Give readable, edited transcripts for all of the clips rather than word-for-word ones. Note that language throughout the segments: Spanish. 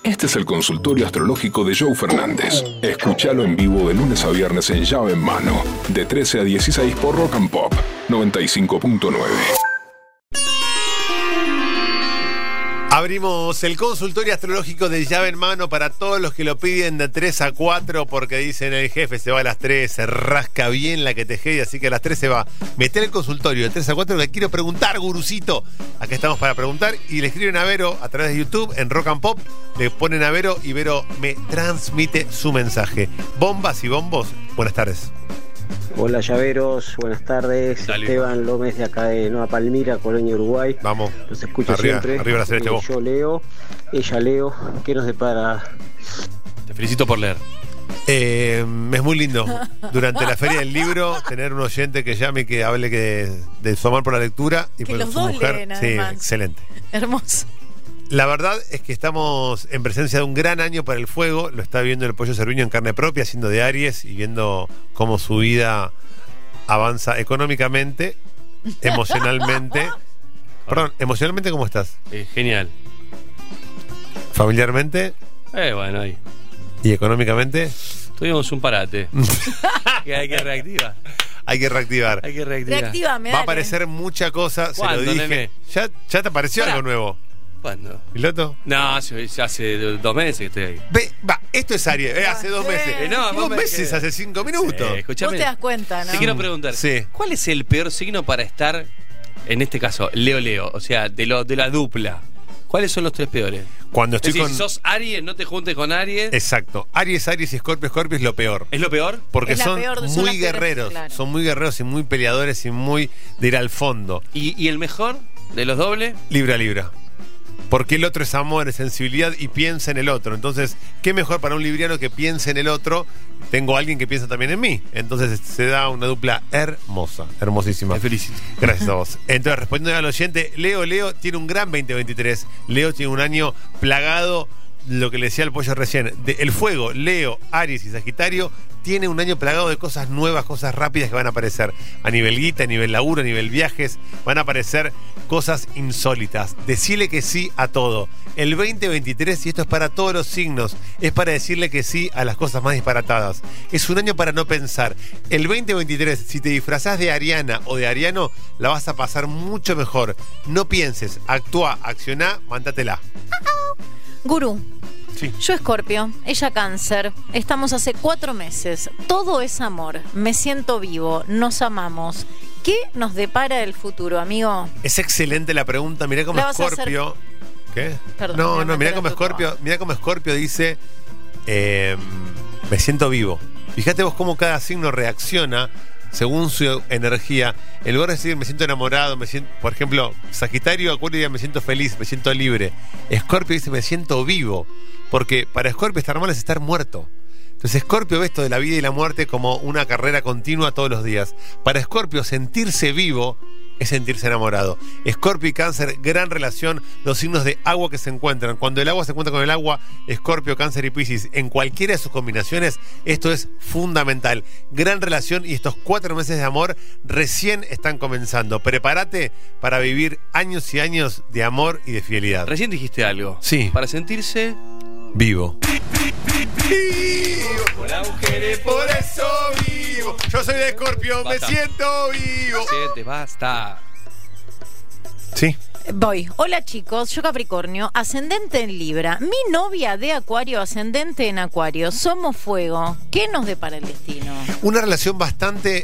Este es el consultorio astrológico de Joe Fernández. Escúchalo en vivo de lunes a viernes en Llave en Mano, de 13 a 16 por Rock and Pop 95.9. Abrimos el consultorio astrológico de Llave en Mano para todos los que lo piden de 3 a 4 porque dicen el jefe se va a las 3, se rasca bien la que tejé, así que a las 3 se va. Meter el consultorio de 3 a 4 que quiero preguntar, gurucito. Acá estamos para preguntar y le escriben a Vero a través de YouTube en Rock and Pop, le ponen a Vero y Vero me transmite su mensaje. Bombas y bombos, buenas tardes. Hola llaveros, buenas tardes. Dale. Esteban López de acá de Nueva Palmira, Colonia, Uruguay. Vamos. Los escucho Arriba, siempre. arriba la celeste, vos. Yo leo, ella leo. ¿Qué nos depara? Te felicito por leer. Es muy lindo durante la feria del libro tener un oyente que llame y que hable de su amor por la lectura y Que por los su dos mujer. leen, Sí, además. excelente. Hermoso. La verdad es que estamos en presencia de un gran año para el fuego. Lo está viendo el Pollo Cerviño en carne propia, siendo de Aries y viendo cómo su vida avanza económicamente, emocionalmente. Perdón, emocionalmente, ¿cómo estás? Genial. Familiarmente Bueno, ahí. y económicamente. Tuvimos un parate. Que hay que reactivar. Hay que reactivar. Hay que reactivar. Reactívame, Va a dale. aparecer mucha cosa, se lo ¿Cuándo, dije. nene? ¿Ya te apareció Pará. algo nuevo? ¿Cuándo? ¿Piloto? No, hace 2 meses que estoy ahí. Esto es Aries, hace 2 meses. No, 2 vos me meses, quedé. hace 5 minutos. Vos Escuchame. te das cuenta, ¿no? Te quiero preguntar. Sí. ¿Cuál es el peor signo para estar, en este caso, Leo? O sea, de la dupla. ¿Cuáles son los 3 peores? Cuando Es estoy decir, con. si sos Aries, no te juntes con Aries. Exacto. Aries y Escorpio es lo peor. ¿Es lo peor? Porque Es la son peor, son las muy peores, guerreros. claro. Son muy guerreros y muy peleadores y muy de ir al fondo. ¿Y el mejor de los dobles? Libra a Libra. Porque el otro es amor, es sensibilidad y piensa en el otro. Entonces, ¿qué mejor para un libriano que piense en el otro? Tengo a alguien que piensa también en mí. Entonces se da una dupla hermosa, hermosísima. Te felicito. Gracias a vos. Entonces, respondiendo al oyente, Leo tiene un gran 2023. Leo tiene un año plagado, lo que le decía al Pollo recién, el fuego, Leo, Aries y Sagitario, tiene un año plagado de cosas nuevas, cosas rápidas que van a aparecer. A nivel guita, a nivel laburo, a nivel viajes, van a aparecer cosas insólitas. Decirle que sí a todo. El 2023, y esto es para todos los signos, es para decirle que sí a las cosas más disparatadas. Es un año para no pensar. El 2023, si te disfrazás de Ariana o de Ariano, la vas a pasar mucho mejor. No pienses, actúa, accioná, mándatela. Gurú. Sí. Yo Escorpio, ella Cáncer, estamos hace 4 meses, todo es amor, me siento vivo, nos amamos. ¿Qué nos depara el futuro, amigo? Es excelente la pregunta. Mirá cómo La vas a Escorpio. ¿Qué? Perdón, No, me mirá meto cómo en tu Escorpio. Mirá cómo Escorpio dice: me siento vivo. Fíjate vos cómo cada signo reacciona según su energía. En lugar de decir me siento enamorado, me siento, por ejemplo, Sagitario, Acuario dice me siento feliz, me siento libre. Escorpio dice me siento vivo. Porque para Escorpio estar mal es estar muerto. Entonces Escorpio ve esto de la vida y la muerte como una carrera continua todos los días. Para Escorpio sentirse vivo es sentirse enamorado. Escorpio y Cáncer, gran relación, los signos de agua que se encuentran. Cuando el agua se encuentra con el agua, Escorpio, Cáncer y Piscis, en cualquiera de sus combinaciones, esto es fundamental. Gran relación y estos 4 meses de amor recién están comenzando. Prepárate para vivir años y años de amor y de fidelidad. Recién dijiste algo. Sí. Para sentirse Vivo. con las mujeres, Por eso vivo. Yo soy de Escorpio, me Basta. siento vivo. Siete, basta. Sí. Voy. Hola chicos, yo Capricornio, ascendente en Libra. Mi novia de Acuario, ascendente en Acuario. Somos fuego. ¿Qué nos depara el destino? Una relación bastante...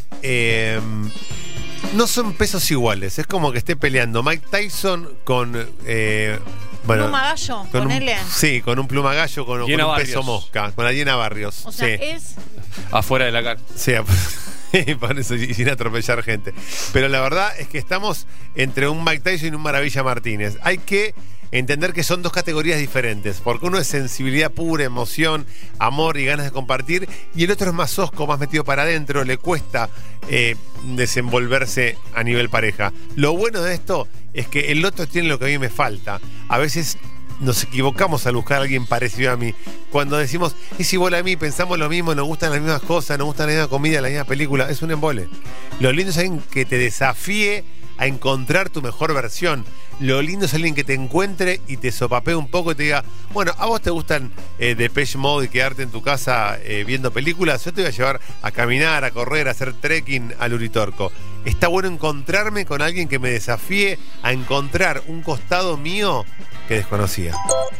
no son pesos iguales. Es como que esté peleando Mike Tyson con... ¿Pluma gallo? con Ponele. Sí, con un pluma gallo, con un Llena peso Barrios. mosca. Con la Llena Barrios. O sea, sí. es... Afuera de la cara. Sí, por eso, y sin atropellar gente. Pero la verdad es que estamos entre un Mike Tyson y un Maravilla Martínez. Hay que entender que son 2 categorías diferentes, porque uno es sensibilidad pura, emoción, amor y ganas de compartir, y el otro es más hosco, más metido para adentro, le cuesta desenvolverse a nivel pareja. Lo bueno de esto es que el otro tiene lo que a mí me falta. A veces nos equivocamos al buscar a alguien parecido a mí. Cuando decimos, es igual a mí, pensamos lo mismo, nos gustan las mismas cosas, nos gusta la misma comida, la misma película, es un embole. Lo lindo es alguien que te desafíe a encontrar tu mejor versión. Lo lindo es alguien que te encuentre y te sopapee un poco y te diga, bueno, ¿a vos te gustan Depeche Mode y quedarte en tu casa viendo películas? Yo te voy a llevar a caminar, a correr, a hacer trekking al Uritorco. Está bueno encontrarme con alguien que me desafíe a encontrar un costado mío que desconocía.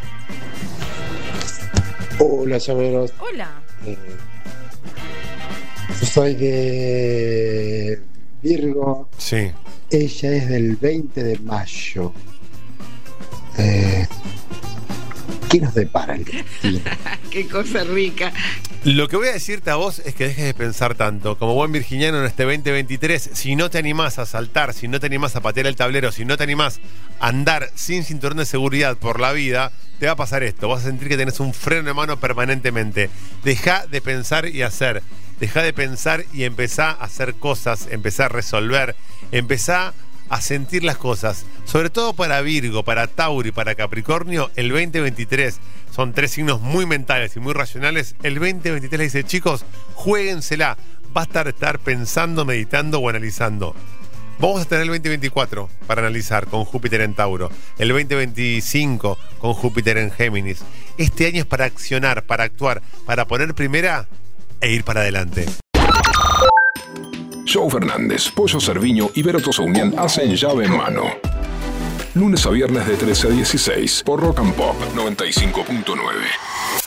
Hola, llaveros. Hola. Yo soy de Virgo. Sí. Ella es del 20 de mayo. ¿Qué nos depara el destino? Qué cosa rica. Lo que voy a decirte a vos es que dejes de pensar tanto. Como buen virginiano en este 2023, si no te animás a saltar, si no te animás a patear el tablero, si no te animás a andar sin cinturón de seguridad por la vida, te va a pasar esto. Vas a sentir que tenés un freno de mano permanentemente. Dejá de pensar y hacer. Dejá de pensar y empezá a hacer cosas, empezá a resolver, empezá a sentir las cosas. Sobre todo para Virgo, para Tauro y para Capricornio, el 2023 son 3 signos muy mentales y muy racionales. El 2023 le dice, chicos, juéguensela. Basta de estar pensando, meditando o analizando. Vamos a tener el 2024 para analizar con Júpiter en Tauro, el 2025 con Júpiter en Géminis. Este año es para accionar, para actuar, para poner primera e ir para adelante. Joe Fernández, Pollo Cerviño y Vero Tosaunian hacen llave en mano. Lunes a viernes de 13 a 16 por Rock and Pop 95.9.